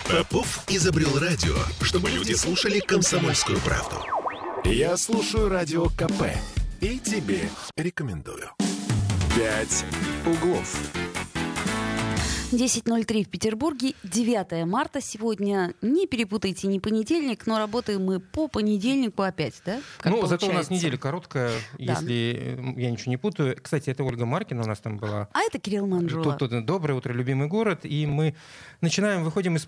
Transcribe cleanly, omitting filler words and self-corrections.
Попов изобрел радио, чтобы люди слушали «Комсомольскую правду». Я слушаю Радио КП и тебе рекомендую. «Пять углов». 10:03 в Петербурге, 9 марта сегодня. Не перепутайте, не понедельник, но работаем мы по понедельнику опять, да? Зато у нас неделя короткая, если я ничего не путаю. Кстати, это Ольга Маркина у нас там была. А это Кирилл Манжула. Тут доброе утро, любимый город. И мы выходим из